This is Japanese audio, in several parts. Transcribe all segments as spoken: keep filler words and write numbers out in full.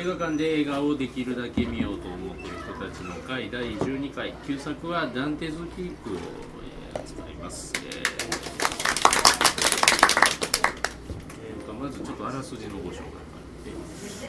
映画館で映画をできるだけ見ようと思っている人たちの会だいじゅうにかい、旧作はダンテズピークを、えー、扱います、えーえー、とまずちょっとあらすじのご紹介があって、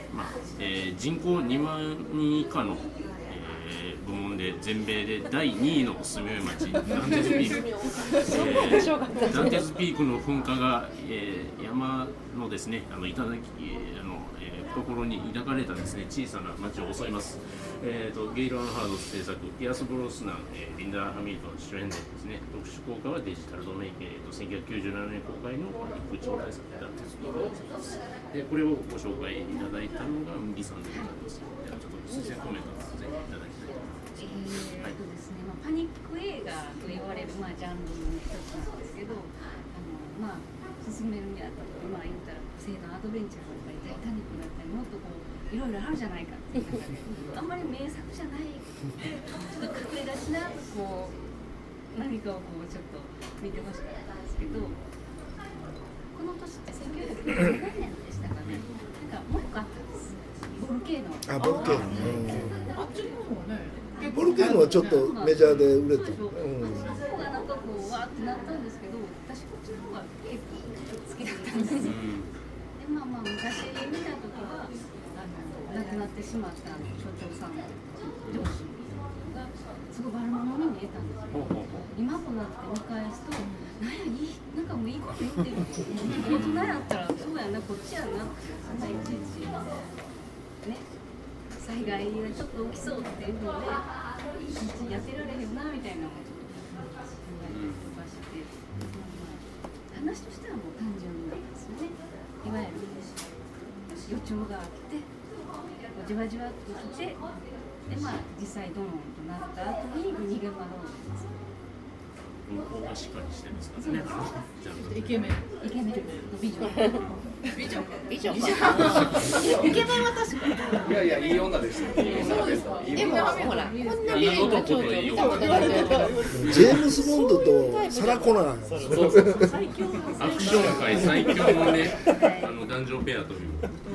まあえー、人口にまんにん以下の部門で全米でだいにいの住みよい町ダンテズピーク、えー、ダンテズピークの噴火が、えー、山のですねあの頂き、えー、あのえー、ところに抱かれたですね小さな町を襲います。えー、とゲイル・アンハード制作、ピアス・ブロスナン、えー、リンダ・ハミルトン主演でですね、特殊効果はデジタルドメイン、えー、とせんきゅうひゃくきゅうじゅうななねん公開の陸地大作ダンテズピークです。でこれをご紹介いただいたのが麦さんでございます。ではちょっと推薦コメントをさせていただきたいと思います。 えーとですねまあ、パニック映画と言われる、まあ、ジャンルの一つなんですけど、あの、まあ、進めるにあたって、まあ、言ったらポセイドンアドベンチャーだったりタイタニックだったりもっとこういろいろあるじゃないかっていう中であんまり名作じゃないちょっと隠れがちなこう何かをこうちょっと見てほしかったんですけど、この年ってせんきゅうひゃくきゅうじゅうななねんでしたかね。なんかもう一個あったんです。ボルケーノ。 あ、ボルケーノ、 あっちの方はね、 ボルケーノはちょっとメジャーで売れた。 そうそう、うん、そこがなんかこうわーってなったんですけど、私こっちの方が結構好きだったんですよ。でまあまあ昔見た時はあの亡くなってしまった所長さんの上司がすごい悪者に見えたんですよ。今となって見返すと、なんやいいなんかもういいこと言ってる。大人やったらそうやなこっちやな。そんないちいちね。災害がちょっと起きそうっていうのでいちいちやってられへんなみたいなのをちょっと考えたりとかして、まあ、話としてはもう単純なんですよね。いわゆる予兆が来てじわじわっと来て、でまあ実際ドーンとなった後に逃げ惑うんですよ。 文法がしっかりしてるんですからね。 イケメンイケメン美女美女美女かイケメンは確かにいやいやいい女ですよ。 そうですか。 でもほらこんな綺麗な蝶々見たことないけどジェームス・ボンドとサラ・コナー、 そうそうそうアクション界最強のねあの男女ペアという、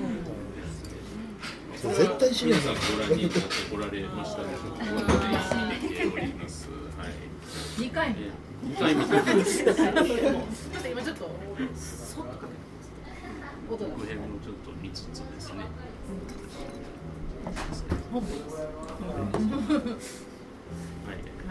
うん、絶対しない。 皆さんご覧になってこられましたでしょうか。見ております。はい。 にかいめにかい見てます。 ちょっと今ちょっとそっとかけ音がこの辺もちょっと見つつですね。 本部です。 はい。 はい。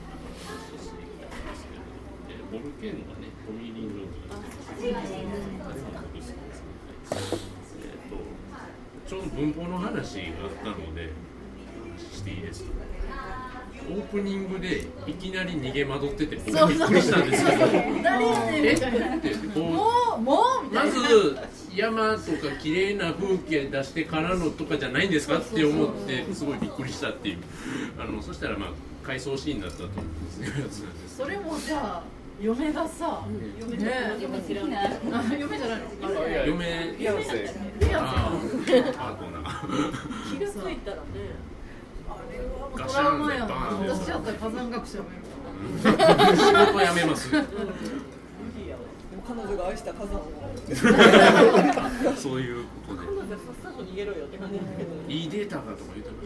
ボルケーノがね、トミー・リン・ジョーンズが出てきて、ちょうど文法の話があったので話していいですか。オープニングでいきなり逃げ惑ってて僕びっくりしたんですけど、 誰やねんみたいな。もうもうみたいな。 まず山とか綺麗な風景出してからのとかじゃないんですかって思ってすごいびっくりしたっていう、あのそしたらまあ回想シーンだったというやつなんです。 それもじゃあ嫁がさ、嫁ね嫁好きな嫁じゃないの？ 嫁ピアノ生。 あーパートナー気がついたらねガドシャンでラマやん。 バーンで私だったら火山学者もいる。 仕事辞めます。 彼女が愛した火山をそういうことで彼女さっさと逃げろよって感じだけどいいデータがとか言ってま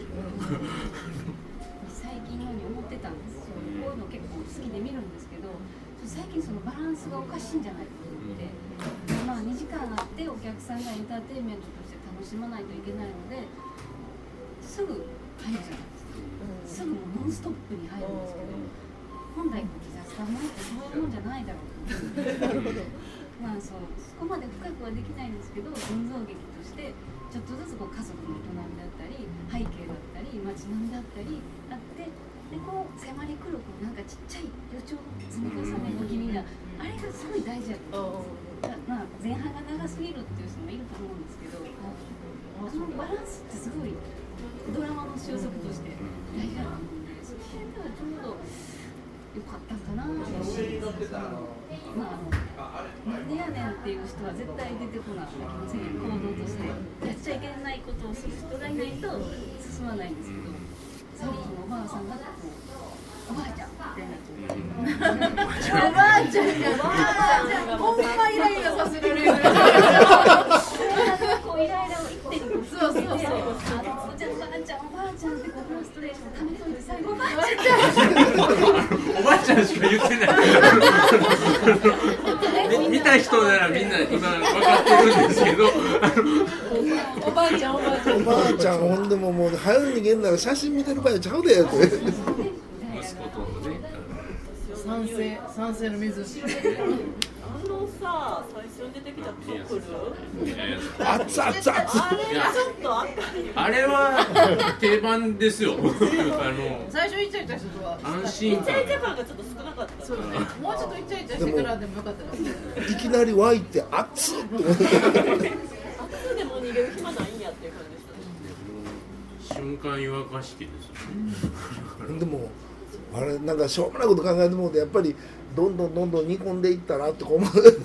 したね。 最近のように思ってたんですよ。こういうの結構好きで見るんですけど、最近そのバランスがおかしいんじゃないかと思って、まあにじかんあってお客さんがエンターテインメントとして楽しまないといけないので、すぐ入るじゃないですか。すぐもうノンストップに入るんですけど、本来こう雑談もってそういうもんじゃないだろうと思って。まあそうそこまで深くはできないんですけど、群像劇としてちょっとずつこう家族の営みだったり背景だったり街並みだったりあって、でこう迫り来るこうなんかちっちゃい予兆の積み重ねの気味なあれがすごい大事だと思うんです。まあ前半が長すぎるっていう人もいると思うんですけど、そのバランスってすごいドラマの収束として大事だと思うんで、その辺ではちょうど良かったかなと思うんですけど、まああのなんでやねんっていう人は絶対出てこないといけませんよ。行動としてやっちゃいけないことをする人がいないと進まないんですけど、さっきのおばあさんがこうおばあちゃんみたいなおばあちゃんおばあちゃんほんまイライラさせられる。 こうイライラを一手にこうそうそうそう。 見た人ならみんな今分かってるんですけど、あのおばあちゃんおばあちゃんおばあちゃんほんでももう早逃げんなら写真見てる場合ちゃうでって息子とのね、 酸性酸性の水あのさ、最初に出てきたトップル熱々熱々 あれちょっとあったあれは定番ですよ。あの最初イチャイチャしたとは安心感イチャイチャ感がちょっと少なかったそうねもうちょっとイチャイチャしてからでもよかったかもしれないいきなり湧いて熱っと思って熱でも逃げる暇ないんやっていう感じでしたね。 瞬間湯沸かし器ですよね。 でもあれなんかしょうもないこと考えてもうてやっぱりどんどんどんどん煮込んでいったらとか思う溶け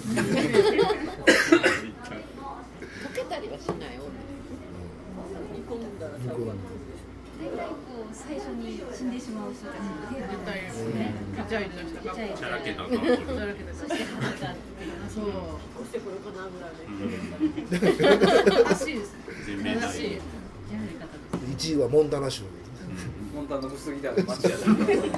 たりはしないよ煮込んだら煮込んで大体こう最初に死んでしまう人たちの定番絶対ですねイチャイチャした格好チャラけたな。 だらけでそして裸っていうそう越してくるかなぐらいで正しいです全面正しいやり方ですいちいはモンタナ州モンタナの薄着だから街やだ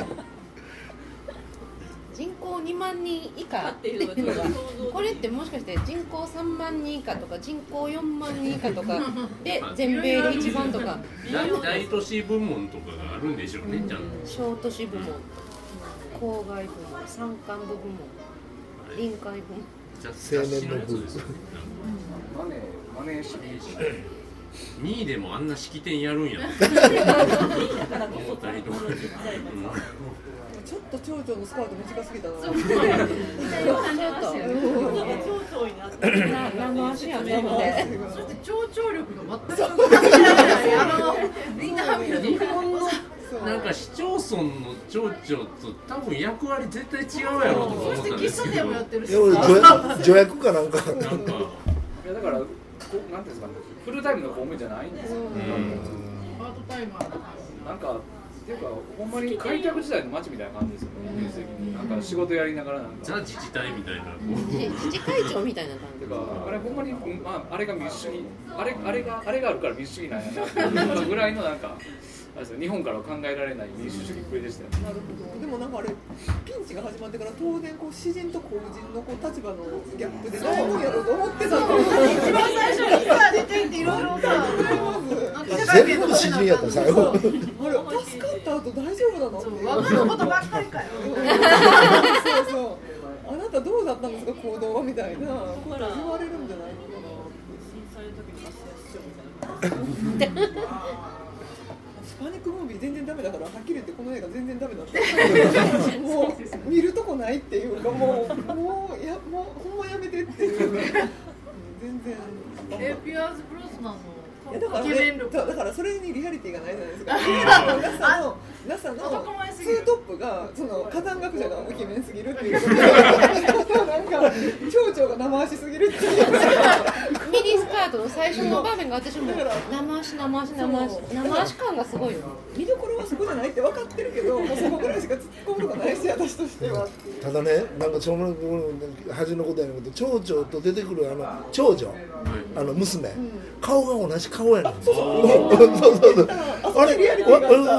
人口にまんにん以下っていうのがこれってもしかして人口さんまんにん以下とか人口よんまんにん以下とかで全米で一番とか大大都市部門とかがあるんでしょうね、ちゃんと。 小都市部門郊外部門山間部部門臨海部門じゃあ青年の部雑誌やつですよね。 マネーマネー式にいでもあんな式典やるんや思ったりとか。 ちょっと町長のスカート短すぎたな。 そうちょっと町長になって何の足やねんってそして聴聴力が全く感じられないあのみんな見ると日本のなんか市町村の町長と多分役割絶対違うやろうと思そしてったんですけど。 喫茶店もやってるしいや俺助役助役かなんかなんかいやだからこうなんていうんですかね、フルタイムの公務員じゃないんですよ、 パートタイマーとかなんかっていうかほんまに開拓時代の街みたいな感じですよね、イメージ的になんか仕事やりながらなんかザ自治体みたいな。 自治会長みたいな感てかあれほんまに、まあ、あれが民主主義あれあれがあれがあるから民主主義なんやなっていうぐらいのなんかあれですよ、日本からは考えられない民主主義っぷりでしたよね。 なるほど。でもなんかあれピンチが始まってから当然こう詩人と公人のこう立場のギャップで悩むんやろうと思ってたのに一番最初にさ出ていっていろいろさ全部詩人やった最後あれ助かった後大丈夫なのっていう分かることばっかりかよそうそうあなたどうだったんですか行動はみたいなこと言われるんじゃないのかな。震災の時に発生しちゃうみたいな。パニックムービー全然ダメだからはっきり言ってこの映画全然ダメだったもう見るとこないっていうかもうもうやもうほんまやめてっていう全然えピュアーズ・ブロスマンのいやだから、 イケメンね、 力だからそれにリアリティがないじゃないですか。ナサの ナサ の男前すぎるツートップがその火山学者がイケメンすぎるっていうことで、なんか町長が生足すぎるっていう。 ミニスカートの最初の場面が私も生足生足生足生足感がすごいよ見どころはそこじゃないって分かってるけど、もうそこぐらいしか突っ込むのがないし、私としては。 ただねなんかしょうもない恥のことやねんけど町長と出てくるあの長女あの娘、顔が同じ顔やねん。そうそうそうあれ子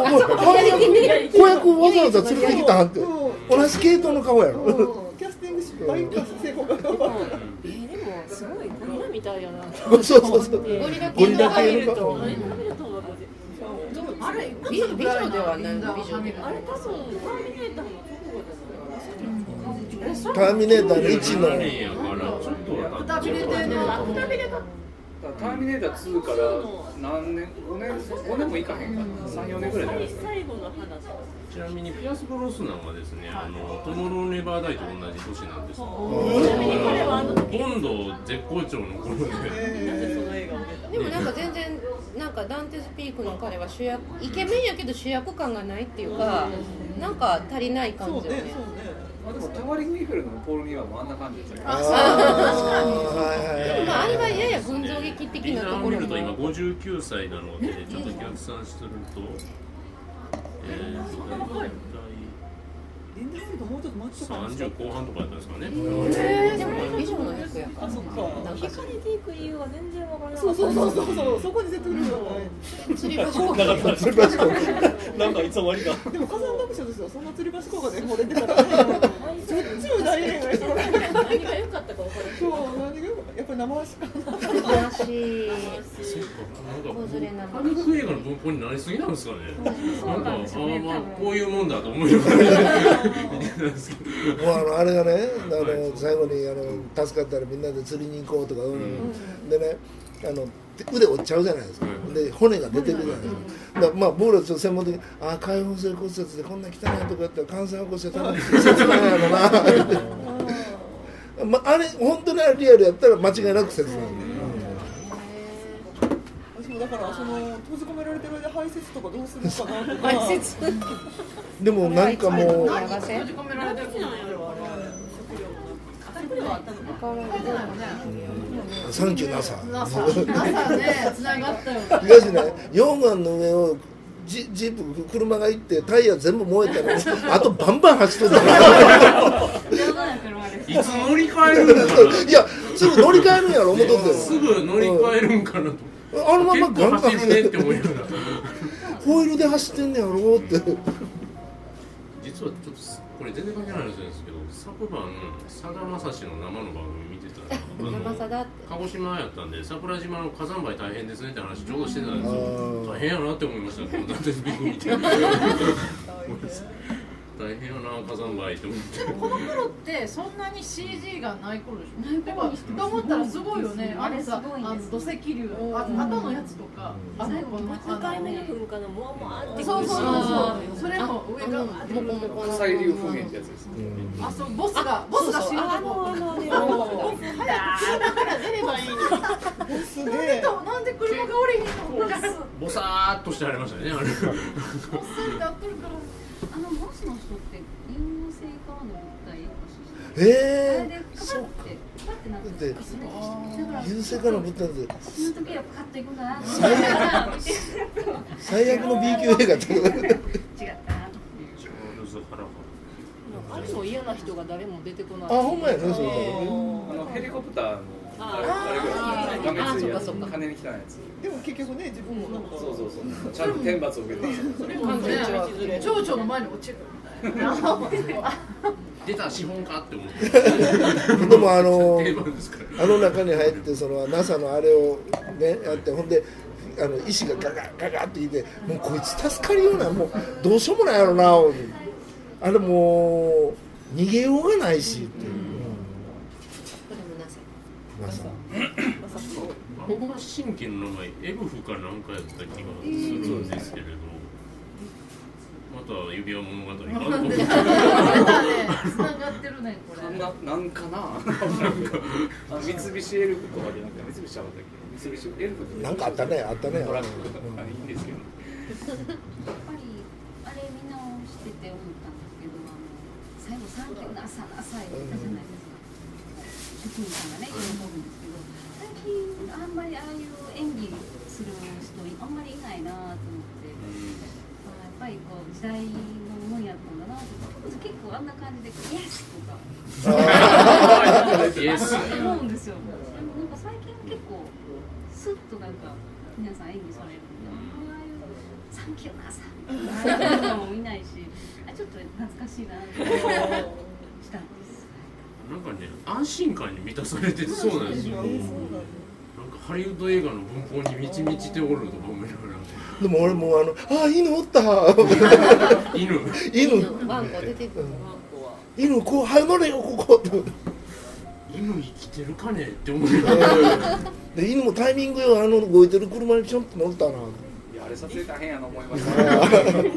役わざわざ連れてきたんって同じ系統の顔やろ。 キャスティング失敗か成功か。 えー、でもすごいゴリラみたいやなそうそうそうゴリラゴリラ系系の顔。 あれ美女ではない美女であれ多分ターミネーターの直後じゃないですか。 ターミネーターのいちの何年やからちょっとくたびれてるのターミネーターツーから何年ごねんごねんもいかへんかなさん、よねんぐらいじゃないですか。 最後の話。 ちなみにピアス・ブロスナンはですね、あのトモロー・ネバー・ダイと同じ年なんですよ。 ちなみに彼はあの時ボンド絶好調の頃で、 なぜその映画を見た。 でもなんか全然なんかダンテスピークの彼は主役イケメンやけど主役感がないっていうかなんか足りない感じよね。 あでもタワリング・イーフェルのポール・ニーワンもあんな感じでしたけど。 あーはいはいまああれはやや群像劇的リザーを見なところもると今ごじゅうきゅうさいなので、ちょっと逆算すると、えー、大体リンダフィールドもうちょっと待ってたかな。 さんじゅう後半とかやったんですかね。 えー、でも美女の役やからあ、そっか。 なんか惹かれていく理由は全然わからない。そうそうそうそうそう。そこに説得力がない。 吊り橋効果それ確かになんかいつも終わりか。 でも火山学者ですよ。そんな吊り橋効果で漏れてたら、しょっちゅう大恋愛してもらえる。 何が良かったれ生足かな。 生足そうか、なんか子連れなのパニック映画の文法になりすぎなんですかね。なんか、あですよねあ、まあ、 多分こういうもんだと思いながら見てたんですけど。 もうあのあれがね、あの、 はい最後にあの助かったらみんなで釣りに行こうとか、うんでね、あの腕折っちゃうじゃないですか、 うんで骨が出てくるじゃないですか、だからまあ僕らちょっと専門的にああ開放性骨折でこんな汚いとこやったら感染起こしてたら切ないやろなまあ、あれ本当にあれリアルやったら間違いなく切ない、 私もだからその閉じ込められてる間排泄とかどうするかなとか。 排泄でもなんかもう何閉じ込められてるの？食料あったのか。 サンキューナサ朝朝ね繋がったよ。 東ね、溶岩の上をジジープ車が行ってタイヤ全部燃えたのにあとバンバン走っとったいつ乗り換えるんかな。 いやすぐ乗り換えるんやろ思っとってすぐ乗り換えるんかなと。 あのまま結構走るねって思いながら。 ホイールで走ってんねやろって実はちょっとこれ全然関係ない話なんですけど、昨晩さだまさしの生の番組見てたら、あの山さだって鹿児島やったんで桜島の火山灰大変ですねって話ちょうどしてたんですよ。 あー大変やなって思いました。このダンテスビッグ見て大変やな火山灰って思ってでもこの頃ってそんなに シージー がない頃でしょ。ない頃にと思ったらすごいよね。あれさ、あの土石流、あ後のやつとか、あのこのにかいめの噴火のモワモワってそうそうそうそう。それも上がわーってくるとか。 火砕流噴煙ってやつです。 あ、そうボスがボスが死ぬとこ。 あのあのあれだから出ればいいの。 すなんでげえ。 となんで車が降りひんの。ガスボサーっとしてありましたねあれ。 ボスってあってるから。 あのボスの人って陰性からの物体あえれでー、 カそうパってカパってなってでだから優勢からぶったんで死ぬ時はカッといくんだなって最悪の B 級映画って違ったなちょうどザハラあれも嫌な人が誰も出てこない。 あほんまやねそれあのヘリコプターのあれあれぐらい画面ついやつ、金に来たやつ。 でも結局ね自分もなんか。 そうそうそう。ちゃんと天罰を受けて。 それもね、蝶々の前に落ちるみたいな。 出た資本かって思ってでもあの定番ですからあの中に入ってその ナサ のあれをねやってほんであの石がガガガガってきてもうこいつ助かるようなもうどうしようもないやろなあれもう逃げようがないしっていう、 これもなさ。 ナサ僕の神経の名前エブフかなんかやった気がするんですけれど、また指輪物語があると思って繋がってるねこれ。 ななんかな。なんかあ三菱エルフとかでなんか三菱ちゃうかったっけ？三菱エルフってなんかあったねあったねトラックとかいいんですけど。 やっぱりあれみんなしてて思ったんですけど、あの最後サンキューなさなさいって言ったじゃないですか。テキニさんがね喜ぶんですけど、最近あんまりああいう演技する人あんまりいないなと思って、まあ、やっぱりこう時代のもんやったんだなと結構あんな感じでイエスとかイエス思うんですよ。なんか最近結構スッとなんか皆さん演技されるんで、ああいうサンキューなさああいうのも見ないし、あちょっと懐かしいなってしたんです。 なんかね安心感に満たされてそうなんですよ。なんかハリウッド映画の文法に満ち満ちておるとか思いながら。 でも俺もうあのあ犬おった犬犬ワンコ出てくるワンコは。 犬こう早乗れよここって犬生きてるかねって思いながら。 で犬もタイミングよあの動いてる車にちょんと乗ったないやあれ撮影大変やな思いました。 この回もそうなん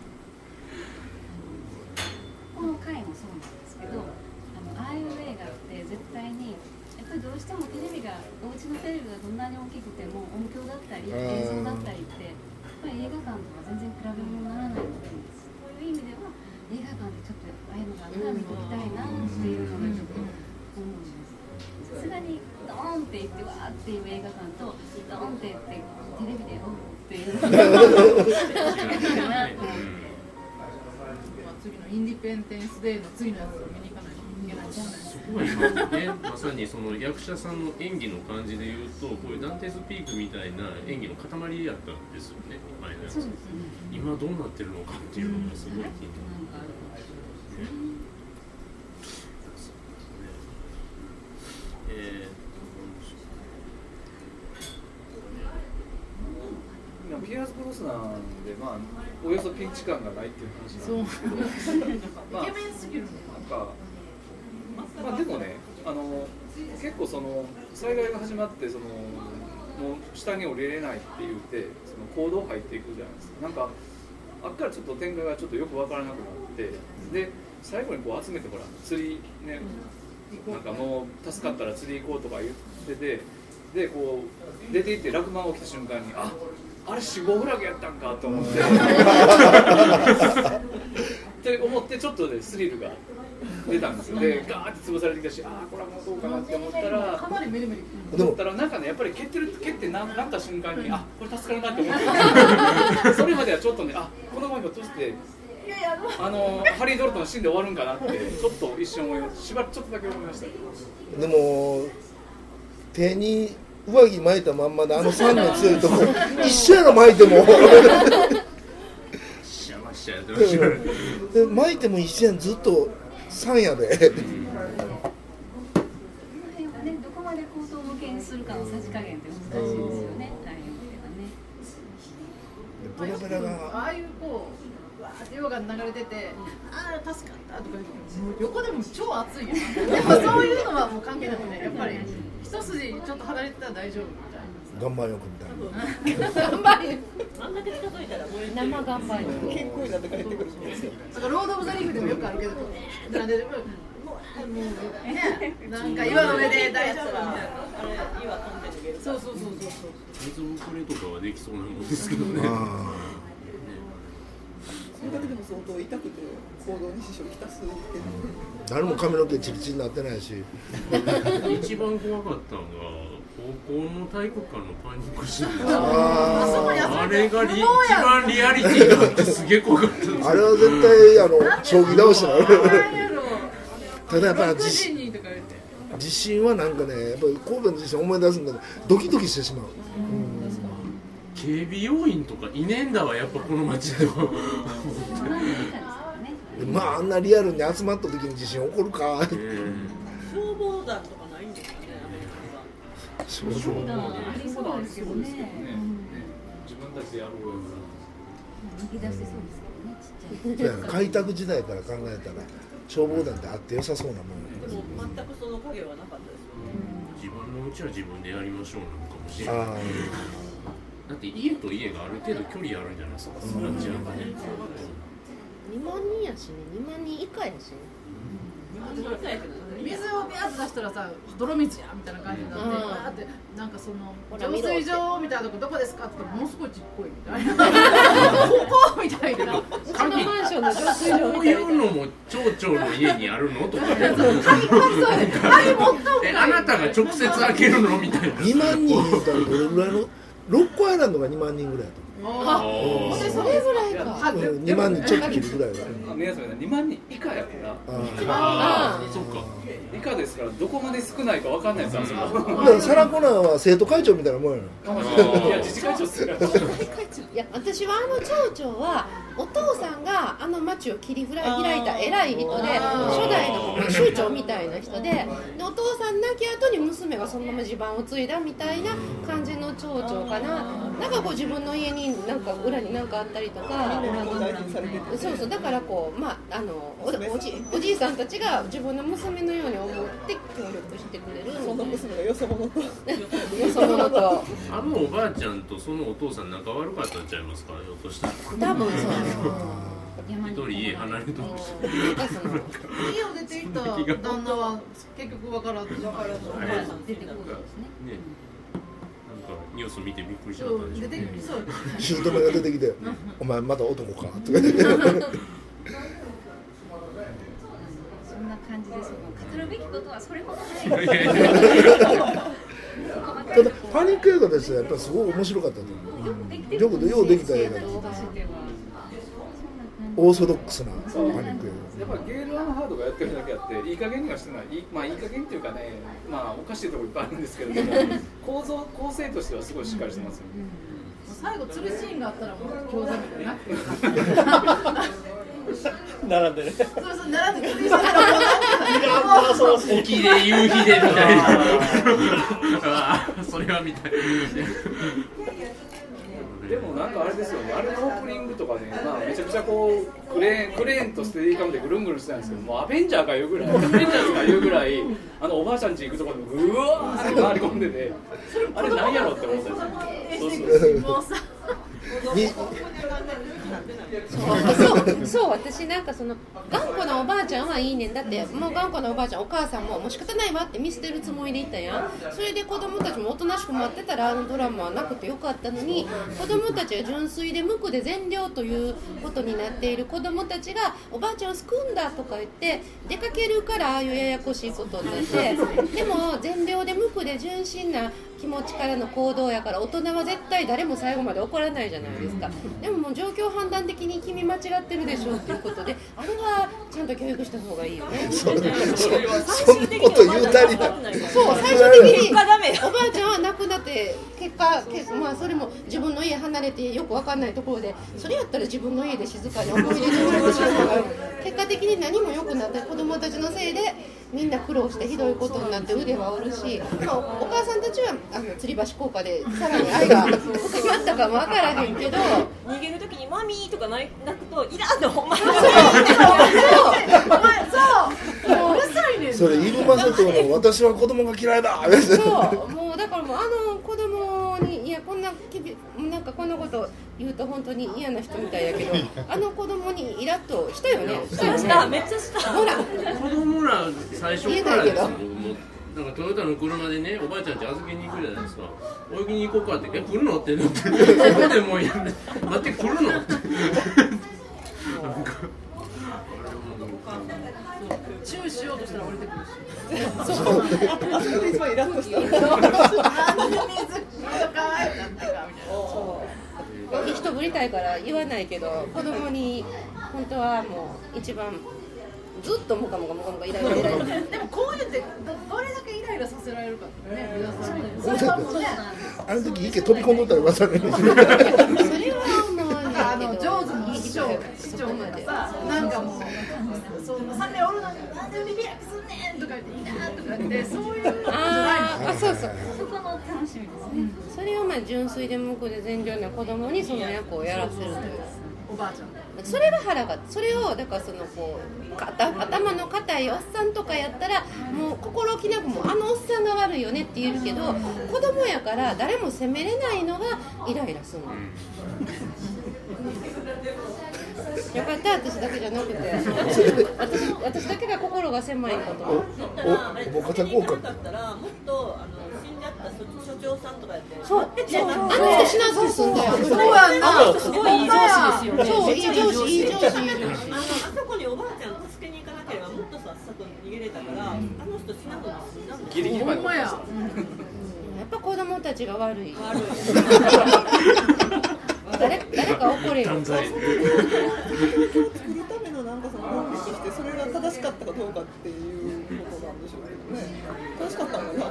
ですけど、あのああいう映画って絶対にやっぱりどうしてもテレビがお家のテレビがどんなに大きくても音響だったり映像だったりってやっぱり映画館とは全然比べ物にならないと思うんです。そういう意味では映画館でちょっとああいうのがあったら見ときたいなっていうのがちょっと思うんです。さすがにドーンって言ってわーっていう映画館とドーンって言ってテレビでおーっていうのが次のインディペンデンスデーの次のやつを見に行かないといけないじゃないですか。 すごい今ね、まさにその役者さんの演技の感じで言うとこういうダンテスピークみたいな演技の塊やったんですよね前のやつ。 そうですね。 今どうなってるのかっていうのがすごい気になる。 なんかあるかもしれないですね。 えースなんで、まあ、およそピンチ感がないっていう話なんですけど、まあ、 イケメンすぎるのなんか、まあ、でもね、あの結構その災害が始まってそのもう下に降りれないって言ってその行動入っていくじゃないですか。なんかあっからちょっと展開がちょっとよく分からなくなってで最後にこう集めてほら釣りね、なんかもう助かったら釣り行こうとか言っててでこう出て行って落馬が起きた瞬間にああれ死亡フラグやったんかと思ってって思ってちょっとでスリルが出たんですよ。でガーって潰されてきたしああこれはもうどうかなって思ったらかなりメリメリ思ったらなんかねやっぱり蹴ってる蹴ってななった瞬間にあこれ助かるなって思ってそれまではちょっとねあこのままひょっとしてあのハリー・ドルトン死んで終わるんかなってちょっと一瞬思いましたしばらくちょっとだけ思いましたけどでも手に上着巻いたまんまであの酸の強いとこ一緒やろ巻いてもシャワシャやってましたねで巻いても一緒やんずっと酸やでこの辺はねどこまで口頭向けにするかのさじ加減って難しいですよねああいうのはねペラペラがああいうこうわーって溶岩流れててああ助かったとか言ってもう横でも超熱いやんでもそういうのはもう関係なくねやっぱり一筋ちょっと離れてたら大丈夫みたい岩盤浴みたいなな頑張りあんだけ近づいたらもう生頑張り健康になって帰ってくるんですよ。 だからロード・オブ・ザ・リーフでもよくあるけどなんでもうねなんか岩の上で大丈夫みたいなあれ岩飛んで逃げるそうそうそうそうそう水ぶくれとかはできそうなもんですけどねあそれだけでも相当痛くて行動に支障をきたすってー誰も髪の毛チリチリになってないし一番怖かったのが高校の体育館のパニックシーンですああれがリ一番リアリティがあってすげえ怖かったんですよあれは絶対あの将棋倒しななんやろただやっぱろく地じにとか言って地震はなんかねやっぱり神戸の地震思い出すんだけどドキドキしてしまう警備要員とかいねえんだわやっぱこの街ではでまああんなリアルに集まった時に地震起こるか消防団とかないんですかねアメリカにはそうそうありそうですけどね自分たちでやろうよ抜き出せそうですけどねちっちゃいそうやな開拓時代から考えたら消防団ってあって良さそうなもんでも全くその影はなかったですよね自分のうちは自分でやりましょうなのかもしれないあだって家と家がある程度距離あるんじゃないですかそのうちはねにまんにんやしねにまんにん以下やしね水をビャーッと出したらさ泥水やみたいな感じになって、 うんバーってなんかそのほら浄水場みたいなとこどこですかって言ったらものすごいちっこいみたいなここみたいなうちのマンションの浄水場そうみたいないうのも町長の家にあるのとか鍵持っとんえあなたが直接開けるのみたいなにまんにん言うたらどれぐらいのロッコアイランドがにまんにんぐらいやとあおーそれぐらいかは思うにまんにんちょっと切るぐらいがあ皆さんにまんにん以下やからあああそっか以下ですからどこまで少ないかわかんないですよあそこあだからサラコナーは生徒会長みたいなもんやなかもしれないいや自治会長っすよいや私はあの町長はお父さんがあの町を切り開いた偉い人で初代の州長みたいな人ででお父さん亡き後に娘がそのまま地盤を継いだみたいな感じの町長かな。なんかこう自分の家になんか裏に何かあったりとか大事にされててそうそうだからこうまああのおおじおじいさんたちが自分の娘のように思って協力してくれるその娘がよそ者とよそ者とあのおばあちゃんとそのお父さん仲悪かったんちゃいますかひょっとしたら多分そう山に一人家離れてほしいなんかその家を出ていった旦那は結局分からず分からずあれ出てくるんですねねなんかニュース見てびっくりしちゃそうったでしょ出てそう姑が出てきて「お前まだ男か」とか言ってそんな感じですよ語るべきことはそれほどないいやいやいやただパニック映画としてはやっぱりすごい面白かったと思う、うん、よくようできた映画でオーソドックスなパニック映画やっぱりゲール・アンハードがやってるだけあっていい加減にはしてないいいまあいい加減っていうかねまあおかしいところいっぱいあるんですけれども構造構成としてはすごいしっかりしてますよね最後釣るシーンがあったらもう興ざめてなくてよかった並んでねそうそう並んで釣りしてたらもうそうそう沖で夕日でみたいなあーそれはみたいねでもなんかあれですよね、あれのオープニングとかね、まあ、めちゃくちゃこうクレーンクレーンとステディカムでぐるんぐるんしてたんですけど、もうアベンジャーかいうぐらい、アベンジャーズかいうぐらい、あのおばあちゃん家行くところでうわーって回り込んでて、あれなんやろって思ったんですよ。そうそうもうさにそうそう私なんかその頑固なおばあちゃんはいいねんだって、もう頑固なおばあちゃんお母さんももう仕方ないわって見捨てるつもりでいたやん。それで子供たちもおとなしく待ってたらあのドラマはなくてよかったのに、子供たちが純粋で無垢で善良ということになっている子供たちがおばあちゃんを救うんだとか言って出かけるからああいうややこしいことになって、でも善良で無垢で純真な気持ちからの行動やから大人は絶対誰も最後まで怒らないじゃないですか。でももう状況判断的に君間違ってるでしょっていうことで、あれはちゃんと教育した方がいいよね。 そんなこと言うたりだ。 そう最終的におばあちゃんは亡くなって結果、まあ、それも自分の家離れてよく分かんないところで、それやったら自分の家で静かに思い出に過ごした方が結果的に何も良くなって子供たちのせいでみんな苦労してひどいことになって腕は折るし、まあ、お母さんたちはあの吊り橋効果でさらに愛が深まったかも分からへんけど逃げるときにマミーとか泣くとイラッとほんまにもううるさいねん。 それイルマセトの私は子供が嫌いだ。 そうもうだからもうあの子供にいやこんなきびなんかこんなこと言うと本当に嫌な人みたいやけどあの子供にイラッとしたよね。 したしためっちゃしたほら子供ら最初からですよ。 言僕もなんかトヨタの車でね、おばあちゃんち預けに行くじゃないですか。お行きに行こうかって、え、来るのって言って、そこでもうやめ、待って来るのって。 チューしようとしたら降りてくるし。 あそれで一番イラッとした。 なんで水かわいかったかみたいな。 人ぶりたいから言わないけど子供に本当はもう一番ずっとムカムカムカムカイライライライラでもこういうってどれだけイライラさせられるかってね、皆さんね。それはもうね、 あの時池飛び込んどったら噂ね。 それは思わあのないけど上手の市長市長がさ、なんかもうそのさんめいおるのになんで海開きすんねんとか言っていいなとかってそういうことじゃないの。 ああそうそうそこの楽しみですね。 それをまあ純粋で無垢で善良な子供にその役をやらせるというおばあちゃん。 それが腹がそれをだからそのこうかた頭の固いおっさんとかやったらもう心置きなくもうあのおっさんが悪いよねって言えるけど子供やから誰も責めれないのがイライラするの。よかった私だけじゃなくて私私だけが心が狭いことお、お、もう片効果。 だったらもっとあの死んじゃった所長さんとかやってそうそうあの人死なずに済んだよ。 そうやんな。 すごいいい上司ですよね。 そういい上司いい上司いい上司。 あのあそこにおばあちゃんを助けに行かなければもっとさっさと逃げれたから、あの人死なずに済んだんだ。 ギリギリまでほんまや。 やっぱ子供たちが悪い。 悪い。 誰誰か怒れよ。 犯罪。 作るためのなんかその論理としてそれが正しかったかどうかっていうことなんでしょうけどね。正しかったのかな。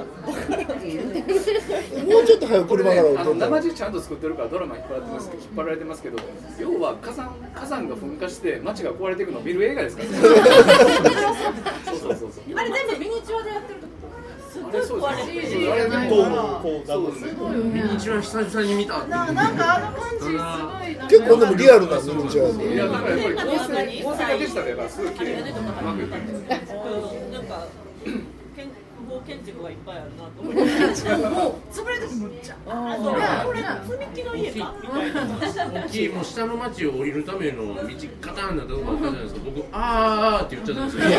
もうちょっと早く車からあの降りた生地ちゃんと作ってるからドラマ引っ張られてます引っ張られてますけど、要は火山火山が噴火して街が壊れていくのを見る映画ですから。そうそうそうそう。 あれ全部ミニチュアでやってるってこあれそうですね。 シージーあれねこうあこうそうですね。 ミニチュア久々に見た。 とななんかあの感じすごいなんか結構でもリアルなミニチュアで。 いやだからやっぱり構成構成がデジタルだからすごい綺麗にうまくいってる。 なんか建房建築がいっぱいあるなと思って。 もう潰れてくむっちゃ。 あそうこれ積み木の家かみたいな。 大きいもう下の町を降りるための道カタンなとこばっかりじゃないですか。僕あーあーって言っちゃったんですよ。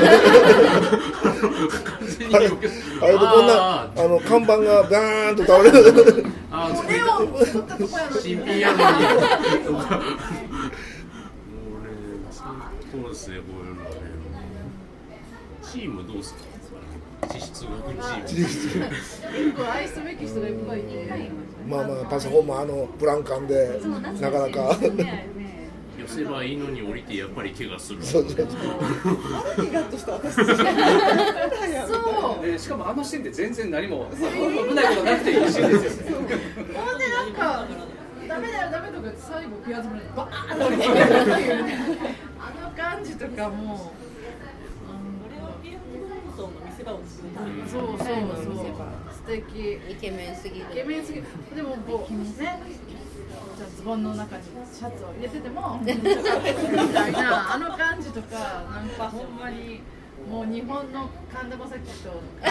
完全にあれ、あれでこんなあの看板がバーンと倒れる。 あーネオン作ったとこやのに。 新品やのに。もうね、そうですね、こういうのはね。チームどうすか。地質学チーム。 結構愛すべき人がいっぱいいる。 まあまあパソコンもあのブランカンでなかなか。 寄せばいいのに降りてやっぱり怪我する。 そうそうそう。 あれイラッとした私たち。 そう。 でしかもあの視点で全然何も危ないことなくていいシーンですよね。 ほんでなんかダメだよダメとか言って最後ピアノでバーンと降りてくるっていうね。あの感じとかもう。 これはビアフロンソンの見せ場を作るために。 そうそうそう。 敵イケメンすぎるイケメンすぎるでもこうねじゃあズボンの中にシャツを入れててもみたいなあの感じとかなんかほんまにもう日本の神田正輝と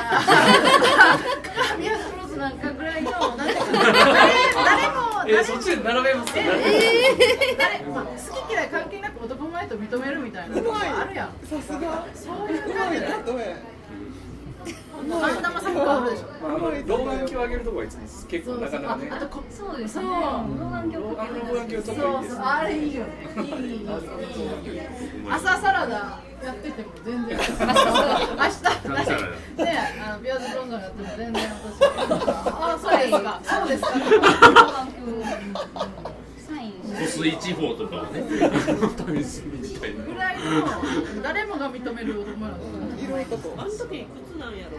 か宮津プロスなんかぐらいのなんていうか誰もえー、そっちで並べますか、 えー誰まあ、好き嫌い関係なく男前と認めるみたいなのがあるやんさすがそういう感じで例え神田正輝があるでしょまあ、あの老眼鏡上げるとこがいつも結構なかなかねあとこそうですね。 そう老眼鏡老眼鏡ちょっといいですそうねそうあれいいよねいいいいいい朝サラダやってても全然明日明日ねあのビアーズロンドンやっても全然私あそうですかそうですか老眼鏡サイン湖水地方とかをね試すみたいなぐらいの誰もが認める男なんですよ色いとこあの時いくつなんやろ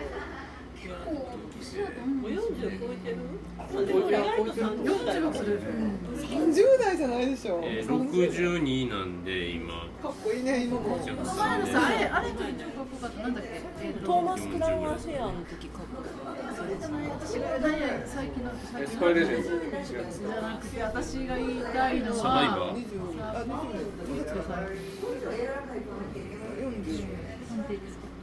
もうよんじゅう超えてる超えてる意外とさんじゅう代はするさんじゅう代じゃないでしょ、 えー、ろくじゅうになんで今かっこいいね今も前のさあれあれと一応かっこよかったなんだっけえーとトーマス・クラウンアフェアの時かっこよかったそれじゃない私が何や最近の最エス近パイレージェンズじゃなくて私が言いたいのサバイバはーにじゅうあにじゅうどっちが最よんじゅう判定ですか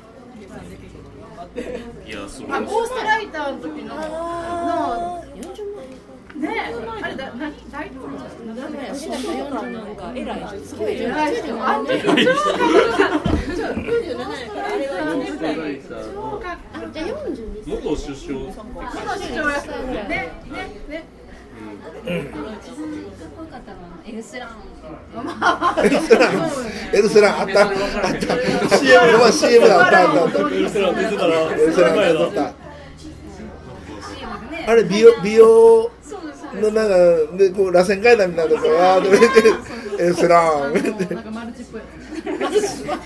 いやそれあゴーストライターの時ののよんじゅうまんねあれだ何大統領なんだっけそうそうかなんか偉いすごいじゃ偉い人あの時超かっこよかったきゅうじゅうななやからあれはよねんだい超かっこよかっじゃあよんじゅうに元首相た主張やねねねかっこよかったのはエルスランエルスランエルスランあったあった シーエム は シーエム だったあったエルスラン出てたらエルスラン前だだったシーエム でねあれ美容美容そうですそうのなんかでこう螺旋階段みたいなとこわーっと出てエルスランなんかマルチっぽい誰が一番かっ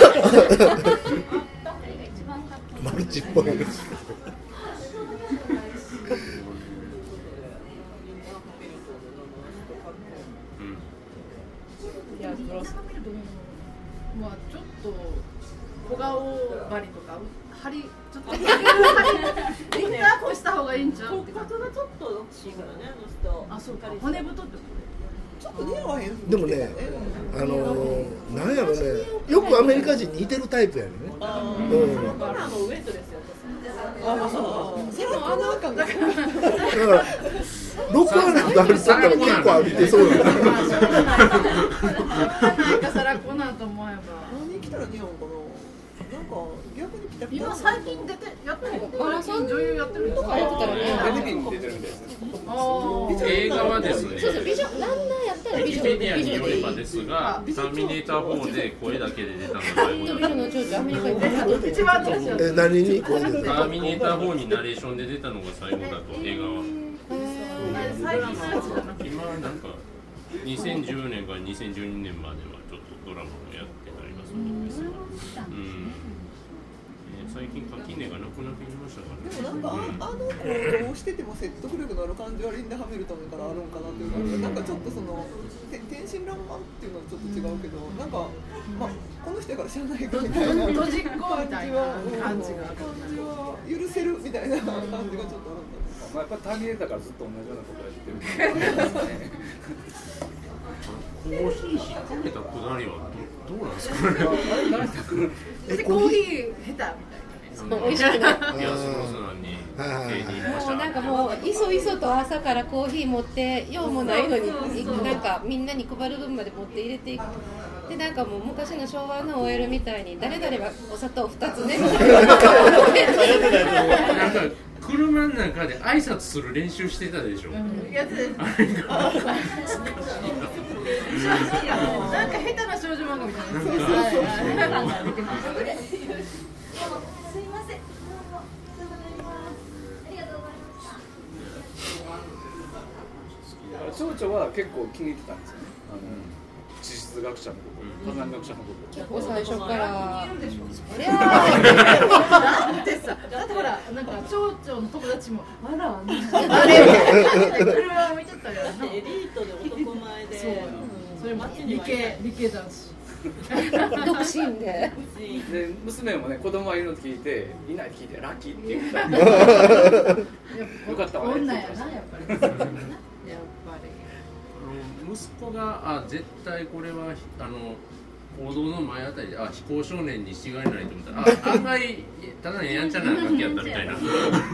こいいマルチっぽいいやプロスまあちょっと小顔張りとか張りちょっと張りリフターこした方がいいんちゃう骨格がちょっと大きいからねあの人あそうか骨太ってちょっと似合わへんでもねあのー、なんやろねよくアメリカ人に似てるタイプやねあうんーカラーもウエットですよああそれもあの感がだからロックアナウンド歩いてたら結構歩いてそうだなまあしょうがないなんかさらこなと思えば何着たら似合うかななんか逆に着た今最近出てやってる最近女優やってるんですかやってたらねテレビに出てるみたいですねあ映画はですねそうそう美女ランナーやったらウィ美女キペディアに美女でいいよればですが、ターミネーターフォーで声だけで出たのが最後だ美女の長女アメリカ行ったあ一番私はえ何にこう出てターミネーターフォーにナレーションで出たのが最後だと映画は最近のやつじゃなくて今なんかにせんじゅうねんからにせんじゅうにねんまではちょっとドラマもやってたりはするんですが、うんえー最近垣根がなくなってきましたからねでもなんかああの行動をしてても説得力のある感じはリンダ・ハミルトンからあるんかなっていうか、なんかちょっとそのて天真爛漫っていうのはちょっと違うけど、なんかまあこの人やから知らないかみたいなドジっ子みたいな感じが許せるみたいな感じがちょっとあるんだまあ、やっぱターミネーターからずっと同じようなことやってるんですねコーヒー引っ掛けたくだりはどどうなんですかねあれ何だかでコーヒー下手みたいな美味しくないいやそのさんに芸人ましもうたなんかもういそいそと朝からコーヒー持って用もないのになんかみんなに配る分まで持って入れていくでなんかもう昔の昭和の オーエル みたいに誰々はお砂糖ふたつねなんか車の中で挨拶する練習してたでしょ、 やつですなんか下手な少女漫画みたいななんか感が出てますので。すいません。どうもありがとうございました。 蝶々は結構気に入ってたんですよねあの地質学者のこと火山学者のこと結構最初からそりゃだってさだってほらなんか町長の友達もあらあれ車を見てたよだってエリートで男前でそうそれも理系理系男子独身でで娘もね子供がいるのって聞いていないって聞いてラッキーって言ったよかったわね女やなやっぱりやっぱりあの息子があ絶対これはあの行動の前あたりであ非行少年に違いないと思ったらあ案外ただのやんちゃなガキやったみたいな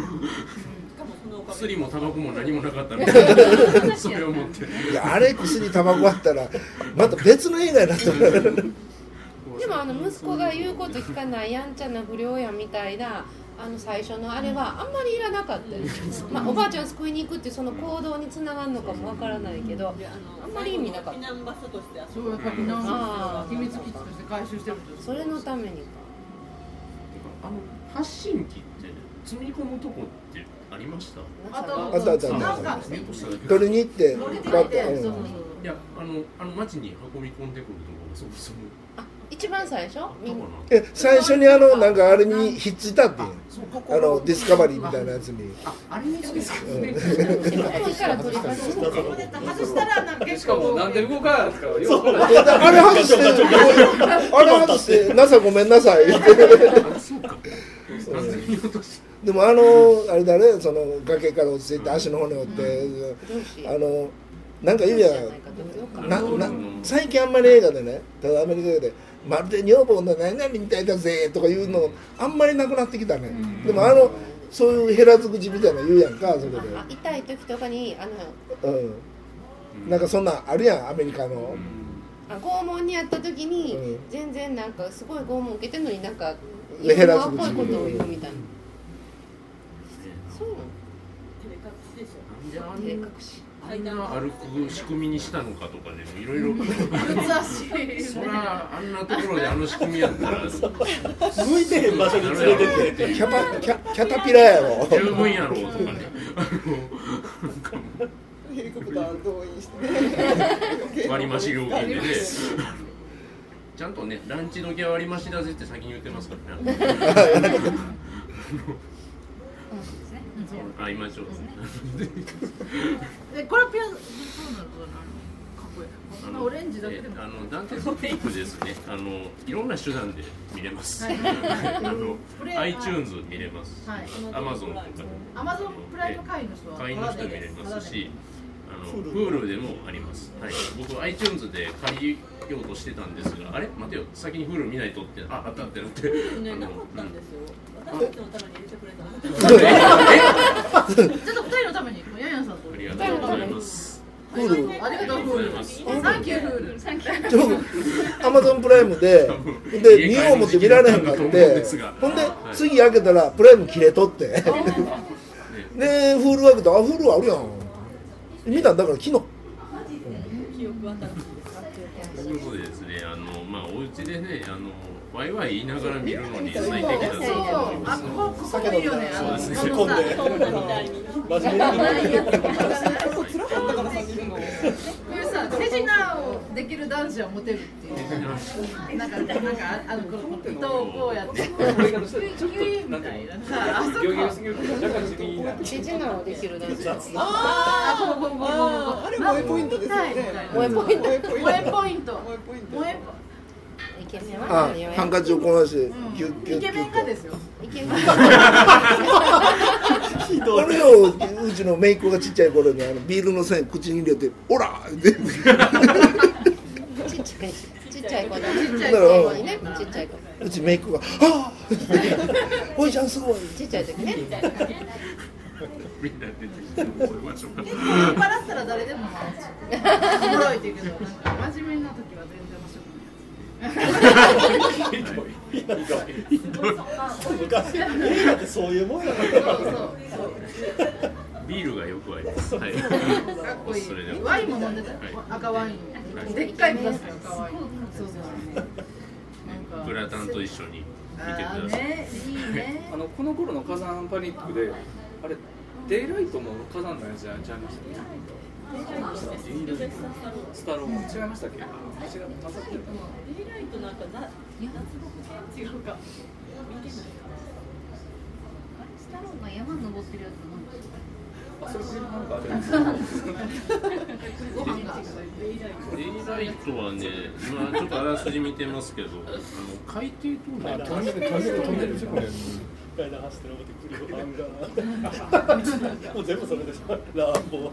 薬もタバコも何もなかったみたいなそれを思っていやあれ薬タバコあったらまた別の映画になってるでもあの息子が言うこと聞かないやんちゃな不良やみたいなあの最初のあれはあんまりいらなかったです、まあ、おばあちゃん救いに行くってその行動につながるのかもわからないけどあんまり意味なかった避難場所としてそうやっぱりなん秘密基地として回収してるんですそれのためにかあの発信機って積み込むとこってありましたあとあったあったあったなんか取りに行って乗りてバッててそうそううんいやあのあの町に運び込んでくるところがそもそもあ一番最初みんなえ最初にあのなんかあれにひっついたってあのディスカバリーみたいなやつにああれにそうですかから取り外す外したらなんか結しかも構なんで動かないんですかよくわかんないえだあれ外してあれ外して ナサ ごめんなさいってそうか完全に落としでもあのあれだねその崖から落ちていって足の骨折ってあのなんか言うやんなな最近あんまり映画でねただアメリカでまるで女房の何々みたいだぜとか言うのあんまりなくなってきたねでもあのそういうヘラつ口みたいなの言うやんかそれであ痛い時とかにあのうんなんかそんなんあるやんアメリカのあ拷問にあった時に、 うん全然なんかすごい拷問受けてるのになんかでヘラつっぽいことを言うみたいなそうなのなんであんなあんな歩く仕組みにしたのかとかでもいろいろ難しいそらあんなところであの仕組みやったら向いてへん場所に連れてってキャパキャキャタピラやろ十分やろうとかねヘリコプター動員して割増料金でねちゃんとねランチ時は割増だぜって先に言ってますからねあ今ちょうどえこれピアノそうなのかっこいいあなオレンジだけでもあのダンテスピークですねあのいろんな手段で見れます、 はいあのプレイ iTunes 見れます、 はい Amazon とかアマゾンプライム会員の人は会員の人見れますしあの Hulu でもあります、はい、僕 iTunes で借りようとしてたんですがあれ待てよ先に Hulu 見ないとってああったってなってね、なかったんですよ。私たちのために入れてくれたの。 ちょっと二人のためにヤンヤンさんとありがとうございますありがとうフールサンキューフールサンキューアマゾンプライムでで見よう思って見られへんかってほんで次開けたらプライム切れとってでフール開けたらあフールあるやん見たんだから昨日記憶は新しい。 ということでですねあのまあお家でねあのワイワイ言いながら見るのに最適だと思いまあすここここいいよねあのそうですねそのさ真面目に辛かったからさ見るのこういうさ手品をできる男子はモテるっていうなんかなんかあのこの糸をこうやってキュイみたいなさあそこギョギョすぎると若干地味な手品をできる男子あここここここあーあれ萌えポイントですよね萌えポイント萌えポイント萌えポイント萌えポイント萌えイケメンあは何をやハンカチをこなしてキュッキュッキュイケメンがですよイケメン俺ようちの姪っ子がちっちゃい頃にあのビールの線口に入れて「オラ!」ってちっちゃいちっちゃい子だねちっちゃい子にねちっちゃい子うち姪っ子が「はあおいちゃんすごい」 ちっちゃい時ねみんな出てきて思いましょうか酔っ払ったら誰でもおもろいって言うけどなんか真面目な時は全然面白くない昔映画ってそういうもんやからそうそうビールがよく合いますはいかっこいいそれではワインも飲んでたよ赤ワインでっかいグラスの赤ワインそうそうなんかグラタンと一緒に見てくあーださいねいいねあのこの頃の火山パニックであれデイライトも火山のやつじゃちゃいましたっけスタローン違いましたっけ違う混ざってたデイライトなんかな夏の違うか。見てない。 スタローンが山登ってるやつなんですかそれなんかあれご飯がデイライトはね、今ちょっとあらすじ見てますけど、あの海底トンネル、 トンネルトンネルトンネルライダー走ってる思ってクリフハンガーもう全部それでしょラーボー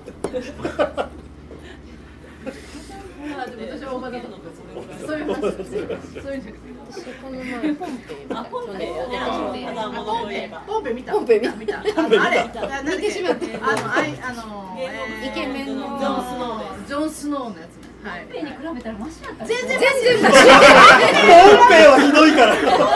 あでも私は大型とかそういう話ですそういうの私この前ポンペイあ、ポンペイやね。 あポンペポンペ見たポンペ見た見たあのあれ見てしまってあのあいあのゲームえーイケメンのジョン・スノージョン・スノーのやつねはいペンに比べたらマシだった。 全然全然マシポンペイはひどいから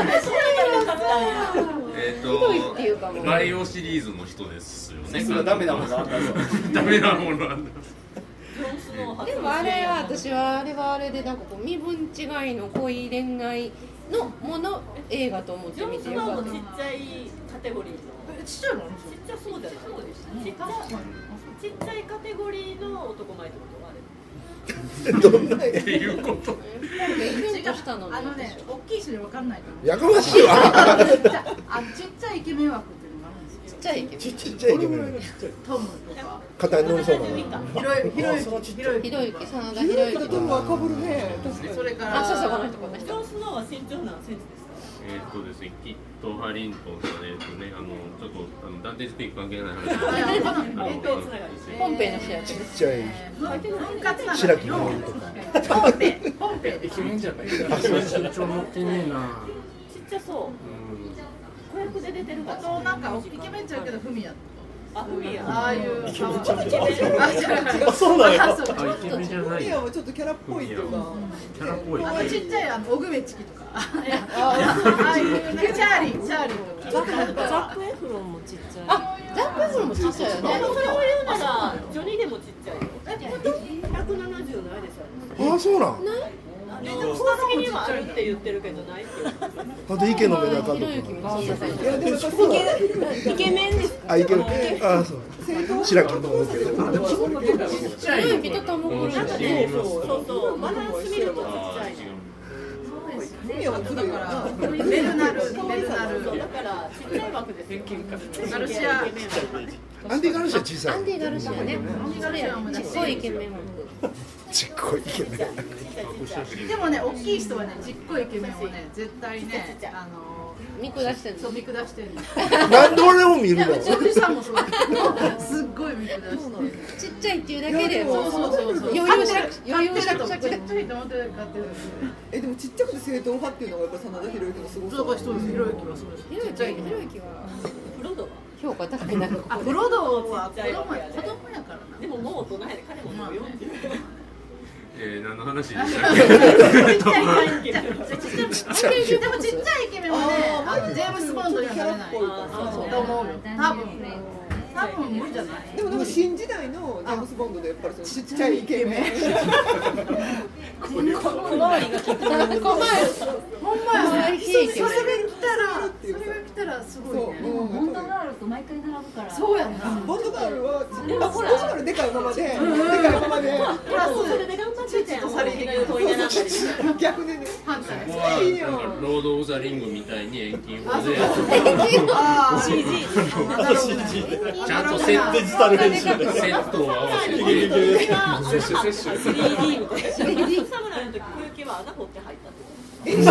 えっひどいっていうかもとうバイオシリーズの人ですよね。 それはダメなものあったんですよダメなものあんだ。 でもあれは私はあれはあれでなんかこう身分違いの恋恋愛のもの映画と思ってジョン見てよかっスノーもちっちゃいカテゴリーの。 ちっちゃいのちっちゃそうじゃない。そうでしたね。ちっちゃいちっちゃいカテゴリーの男前ってことはあれ。 どんなっていうこと。 た。キュンとしたのにあのね大きい人に分かんないと思うやかましいわちっちゃいあちっちゃいイケメン枠っていうのがあるんですちっちゃいイケメンちっちゃいイケメントムとか肩に乗りそうなのひろゆきひろゆきひろゆきひろゆき真田ひろゆきトムはかぶるね確かにそれからあそうそうこの人この人ジョンスノーは身長何センチですか。 えっとですね、キット・ハリントンさん、えっとね、あのちょっとあのダンテージピーク関係ない話あいやこのあのえっとポンペイの主役ちっちゃい分割な白木のりとかポンペイポンペイイケメンじゃない身長持ってねえな。 ちっちゃそう。子役で出てるから。 あとなんかイケメンちゃうけどフミヤあ、フミヤ。 ああいうイケメンちゃうけどあ違う違うあそうなんやあそうあ、イケメンじゃないよ。 ミヤはちょっとキャラっぽいっていうかキャラっぽい。 あとちっちゃいあのオグメチキとかああいうなんかチャーリーチャーリーとかザックエフロンもちっちゃい。 あザックエフロンもちっちゃいよねでもそれを言うならジョニーでもちっちゃいよ。え、ひゃくななじゅうないでしょ。 ああそうなんあの下好きにはあるって言ってるけどないって言ってる。 あと池のメダカとかひろゆきもそんな感じいやでもさイケメンですか。 あいけるああそう白木のりでもそんなでかいわけじゃひろゆきとタモコルなんかね、そうそう、バランス見るとちっちゃい。 フミヤはずるいよなベルナルベルナルそうだからちっちゃい枠で偏見か。 ガルシアアンディ・ガルシア小さいアンディ・ガルシアねそれやねちっこいイケメンもちっこいイケメンでもね大きい人はねちっこいイケメンをね絶対ねあの見下してんのそう見下してるのなんで俺を見るのいやうちのおじさんもそうだけどすっごい見下してるちっちゃいっていうだけでもうそうそうそう余裕しゃく余裕しゃくしゃくでちっちゃいと思ってるかってるえでもちっちゃくて正統派っていうのがやっぱ真田広之のすごさそうこれそうですひろゆきはそうですひろゆきはひろゆきはフロドは。 評価高くなるあフロドは子供や子供やからなでももう大人やで彼ももうよんじゅう。 えー、何の話でしたっけ？ ちっちゃいイケメンでもちっちゃいイケメンはねあのジェームス・ボンドにはなれないと思うよ多分多分無理じゃないでもなんか新時代のジェームス・ボンドでやっぱりそのちっちゃいイケメン小回りが効く。 小回りほんまやね小回りそれが来たらそれが来たらすごいねそうボンドガールと毎回並ぶから。 そうやんなボンドガールは少しからでかいままででかいままでプラスそれで頑張っててもされてる問い並んだりして。 逆でね反対ここはいいよロード・オブ・ザ・リングみたいに遠近法でああシージー。 ちゃんとセッデジタル編集でセットを合わせて摂取摂取。スリーディー みたいな。侍の時小雪は穴掘って入ったってこと。あの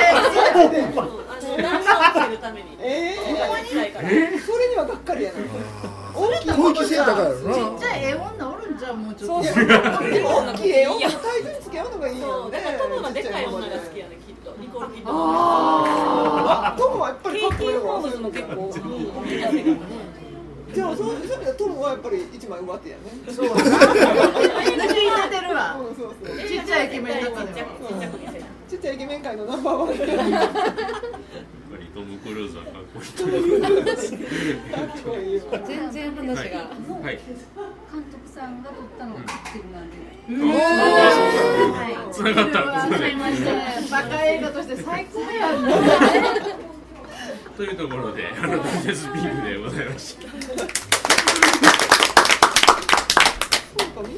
段差をつけるために。 えちっちゃいから。 ー、それにはがっかりやな大きい背高いよちなっちゃい絵女おるんじゃんもうちょっとでも大きい絵を体重につけ合うのがいいそう、 よねだからトムはでかい女が好きやねきっと。ニコール・キッドマン。 あトムはやっぱりケイティ・かっこいいわホームズも結構大きいやつがね。 じゃあそういう意味ではトムはやっぱり一枚上手やねそうだなみんな気に入ってるわうんそうそうちっちゃいイケメンの中でちっちゃくはちっちゃく見せる。 ちっちゃいイケメン界のナンバーワンやっぱりトム・クルーズはかっこいいとかっこいいわ全然話がはい、はい、 監督さんが撮ったのがピクセルなんで。 つながったわかりましたバカ映画として最高やんというところで、あのダンテスピンクでございました。